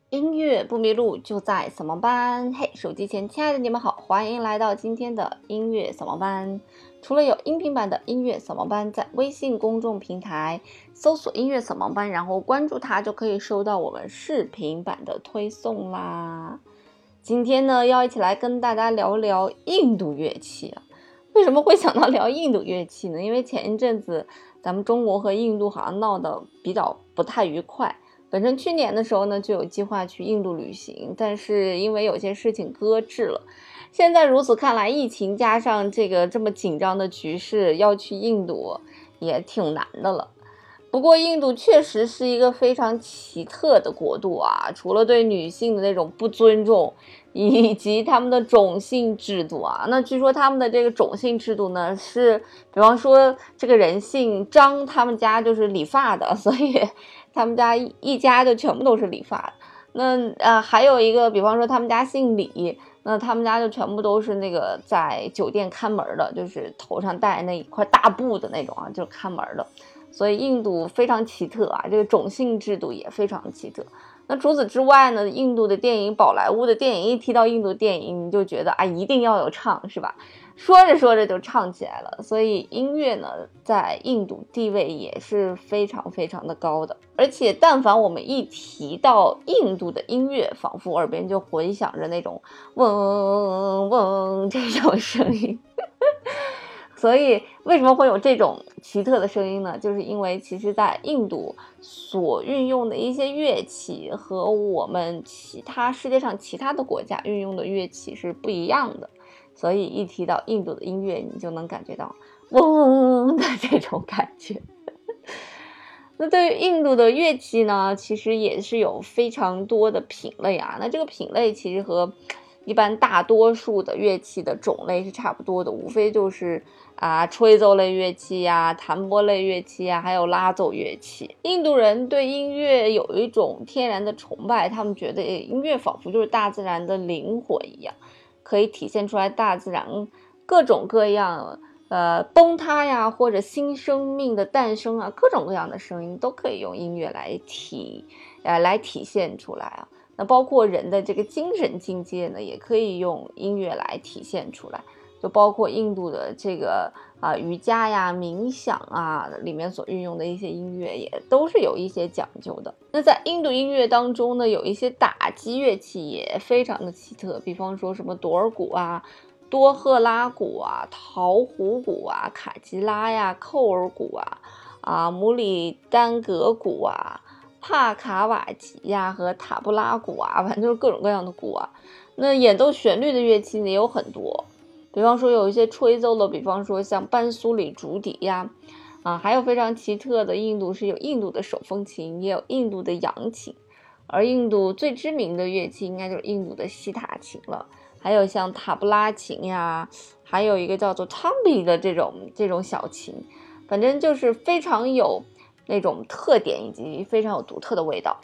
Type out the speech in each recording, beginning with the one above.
音乐不迷路，就在扫盲班。嘿，手机前亲爱的你们好，欢迎来到今天的音乐扫盲班。除了有音频版的音乐扫盲班，在微信公众平台搜索音乐扫盲班，然后关注它，就可以收到我们视频版的推送啦。今天呢，要一起来跟大家聊聊印度乐器啊。为什么会想到聊印度乐器呢？因为前一阵子咱们中国和印度好像闹得比较不太愉快。本身去年的时候呢，就有计划去印度旅行，但是因为有些事情搁置了。现在如此看来，疫情加上这么紧张的局势，要去印度也挺难的了。不过印度确实是一个非常奇特的国度啊，除了对女性的那种不尊重，以及他们的种姓制度啊，那据说他们的这个种姓制度呢，是比方说这个人姓张，他们家就是理发的，所以他们家一家就全部都是理发的。那还有一个，比方说他们家姓李，那他们家就全部都是那个在酒店看门的，就是头上戴那一块大布的那种啊，就是看门的。所以印度非常奇特啊，这个种姓制度也非常奇特。那除此之外呢，印度的电影，宝莱坞的电影，一提到印度电影，你就觉得啊，一定要有唱，是吧？说着说着就唱起来了。所以音乐呢，在印度地位也是非常非常的高的。而且但凡我们一提到印度的音乐，仿佛耳边就回响着那种嗡嗡这种声音。所以为什么会有这种奇特的声音呢？就是因为其实在印度所运用的一些乐器和我们世界上其他的国家运用的乐器是不一样的，所以一提到印度的音乐，你就能感觉到嗡的这种感觉。那对于印度的乐器呢，其实也是有非常多的品类啊。那这个品类其实和一般大多数的乐器的种类是差不多的，无非就是吹奏类乐器呀、弹拨类乐器呀，还有拉奏乐器。印度人对音乐有一种天然的崇拜，他们觉得音乐仿佛就是大自然的灵魂一样，可以体现出来大自然各种各样崩塌呀，或者新生命的诞生啊，各种各样的声音都可以用音乐来体现出来啊。那包括人的这个精神境界呢，也可以用音乐来体现出来。就包括印度的这个瑜伽呀、冥想啊里面所运用的一些音乐，也都是有一些讲究的。那在印度音乐当中呢，有一些打击乐器也非常的奇特，比方说什么朵尔鼓啊、多赫拉鼓啊、陶壶鼓啊、卡吉拉呀、寇尔鼓姆里丹格鼓啊、帕卡瓦吉呀和塔布拉鼓啊，反正就是各种各样的鼓啊。那演奏旋律的乐器呢也有很多，比方说有一些吹奏的，比方说像班苏里竹笛呀，还有非常奇特的，印度是有印度的手风琴，也有印度的扬琴，而印度最知名的乐器应该就是印度的西塔琴了，还有像塔布拉琴呀，还有一个叫做 tambi 的这种小琴，反正就是非常有那种特点以及非常有独特的味道。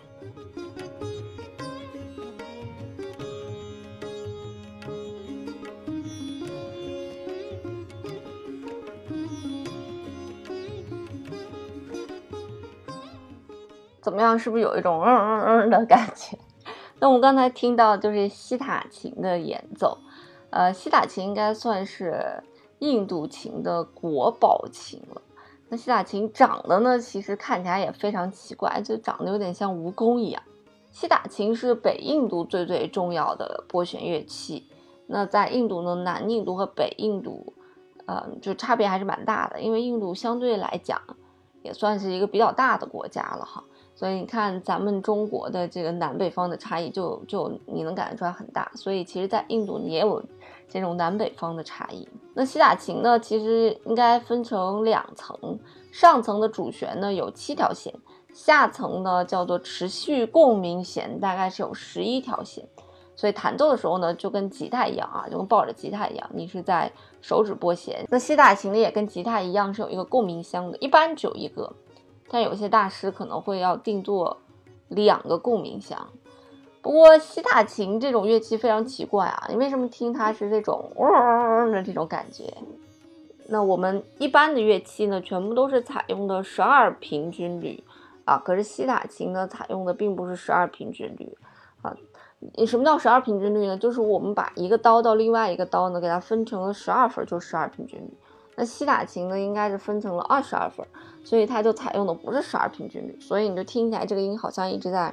怎么样？是不是有一种的感觉？那我们刚才听到就是西塔琴的演奏，西塔琴应该算是印度琴的国宝琴了。那西塔琴长得呢，其实看起来也非常奇怪，就长得有点像蜈蚣一样。西塔琴是北印度最重要的拨弦乐器。那在印度呢，南印度和北印度，就差别还是蛮大的，因为印度相对来讲也算是一个比较大的国家了哈。所以你看咱们中国的这个南北方的差异就你能感觉出来很大，所以其实在印度也有这种南北方的差异。那西塔琴呢，其实应该分成两层，上层的主弦呢有7条弦，下层呢叫做持续共鸣弦，大概是有11条弦。所以弹奏的时候呢，就跟吉他一样就跟抱着吉他一样，你是在手指拨弦。那西塔琴呢也跟吉他一样是有一个共鸣箱的，一般只有一个，但有些大师可能会要定做2个共鸣箱。不过西塔琴这种乐器非常奇怪你为什么听它是这种的这种感觉？那我们一般的乐器呢，全部都是采用的12平均律可是西塔琴呢，采用的并不是12平均律什么叫12平均律呢？就是我们把一个刀到另外一个刀呢，给它分成了12份，就12平均律。那西塔琴呢，应该是分成了22份，所以它就采用的不是12平均律，所以你就听起来这个音好像一直在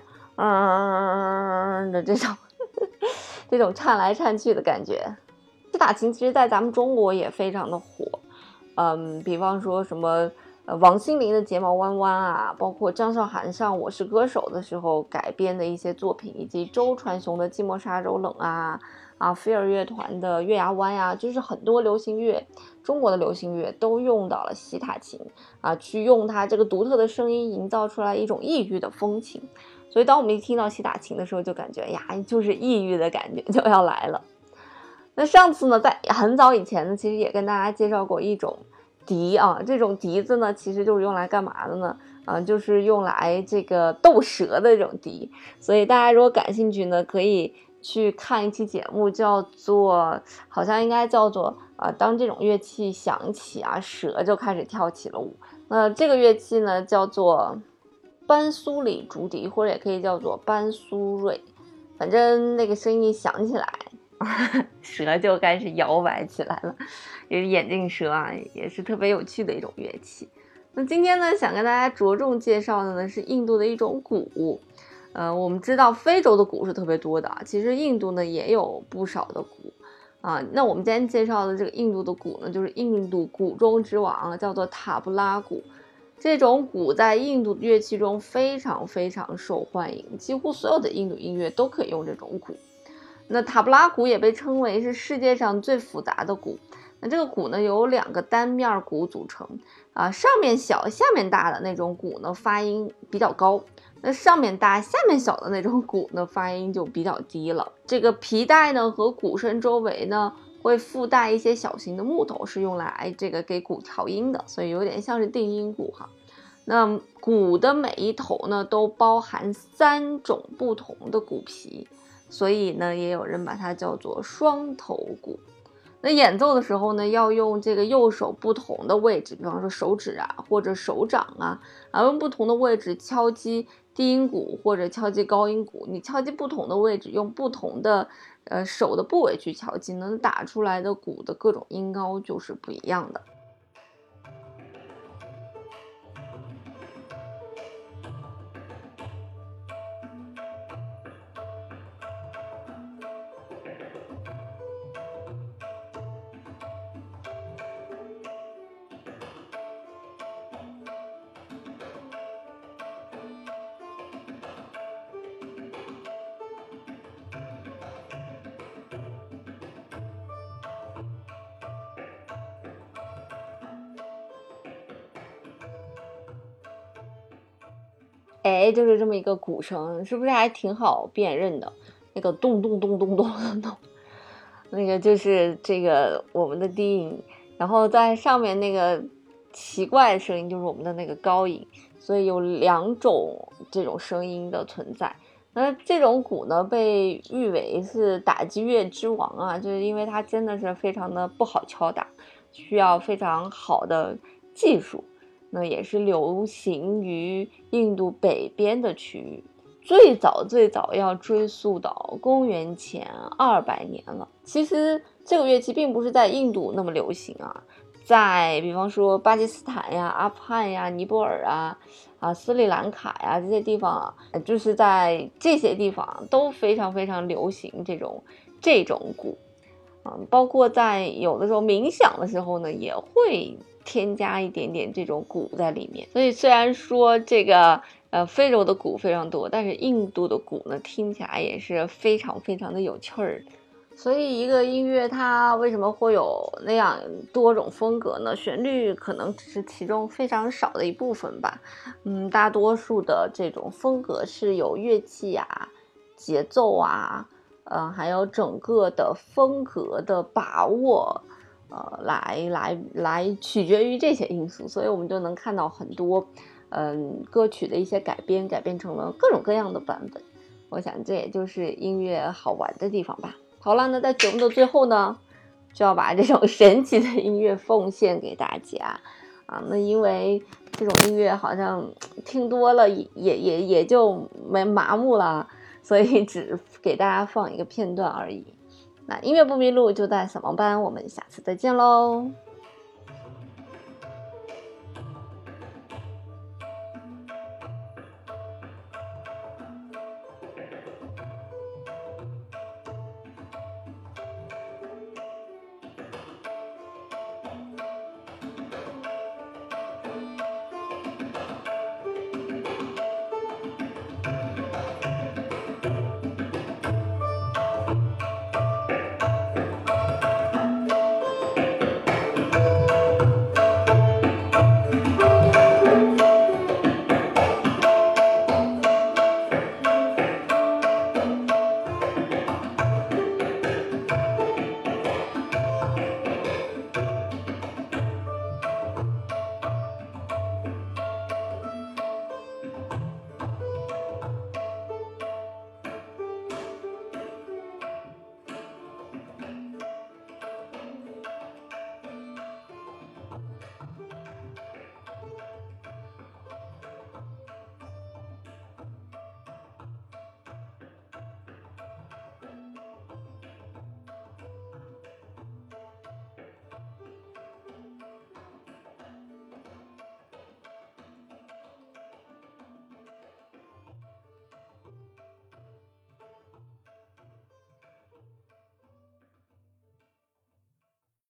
的这种这种颤来颤去的感觉。西塔琴其实在咱们中国也非常的火，比方说什么王心凌的睫毛弯弯啊，包括张韶涵上我是歌手的时候改编的一些作品，以及周传雄的寂寞沙洲冷啊飞儿乐团的月牙湾呀，就是很多流行乐，中国的流行乐都用到了西塔琴啊，去用它这个独特的声音营造出来一种异域的风情。所以当我们一听到西塔琴的时候，就感觉呀，就是异域的感觉就要来了。那上次呢，在很早以前呢，其实也跟大家介绍过一种笛啊，这种笛子呢，其实就是用来干嘛的呢？就是用来这个斗蛇的这种笛。所以大家如果感兴趣呢，可以去看一期节目，叫做好像应该叫做当这种乐器响起啊，蛇就开始跳起了舞。那这个乐器呢，叫做班苏里竹笛，或者也可以叫做班苏瑞，反正那个声音响起来。蛇就开始摇摆起来了，也是眼镜蛇啊，也是特别有趣的一种乐器。那今天呢，想跟大家着重介绍的呢是印度的一种鼓。我们知道非洲的鼓是特别多的啊，其实印度呢也有不少的鼓啊。那我们今天介绍的这个印度的鼓呢，就是印度鼓中之王，叫做塔布拉鼓。这种鼓在印度乐器中非常非常受欢迎，几乎所有的印度音乐都可以用这种鼓。那塔布拉鼓也被称为是世界上最复杂的鼓。那这个鼓呢，由2个单面鼓组成上面小下面大的那种鼓呢，发音比较高，那上面大下面小的那种鼓呢，发音就比较低了。这个皮带呢和鼓身周围呢会附带一些小型的木头，是用来这个给鼓调音的，所以有点像是定音鼓哈。那鼓的每一头呢都包含3种不同的鼓皮，所以呢也有人把它叫做双头鼓。那演奏的时候呢，要用这个右手不同的位置，比方说手指或者手掌用不同的位置敲击低音鼓或者敲击高音鼓。你敲击不同的位置，用不同的手的部位去敲击，能打出来的鼓的各种音高就是不一样的。就是这么一个鼓声，是不是还挺好辨认的？那个咚咚咚咚咚咚咚，那个就是这个我们的低音，然后在上面那个奇怪的声音就是我们的那个高音，所以有2种这种声音的存在。那这种鼓呢，被誉为是打击乐之王啊，就是因为它真的是非常的不好敲打，需要非常好的技术。那也是流行于印度北边的区域，最早要追溯到公元前200年了。其实这个乐器并不是在印度那么流行啊，在比方说巴基斯坦呀、阿富汗呀、尼泊尔斯里兰卡呀这些地方就是在这些地方都非常非常流行这种鼓包括在有的时候冥想的时候呢，也会添加一点点这种鼓在里面。所以虽然说这个非洲的鼓非常多，但是印度的鼓呢听起来也是非常非常的有趣儿。所以一个音乐它为什么会有那样多种风格呢？旋律可能只是其中非常少的一部分吧。大多数的这种风格是由乐器节奏还有整个的风格的把握来取决于这些因素，所以我们就能看到很多歌曲的一些改编成了各种各样的版本。我想这也就是音乐好玩的地方吧。好了，那在节目的最后呢，就要把这种神奇的音乐奉献给大家那因为这种音乐好像听多了也就没麻木了， 所以只给大家放一个片段而已。那音乐不迷路就在扫盲班，我们下次再见喽。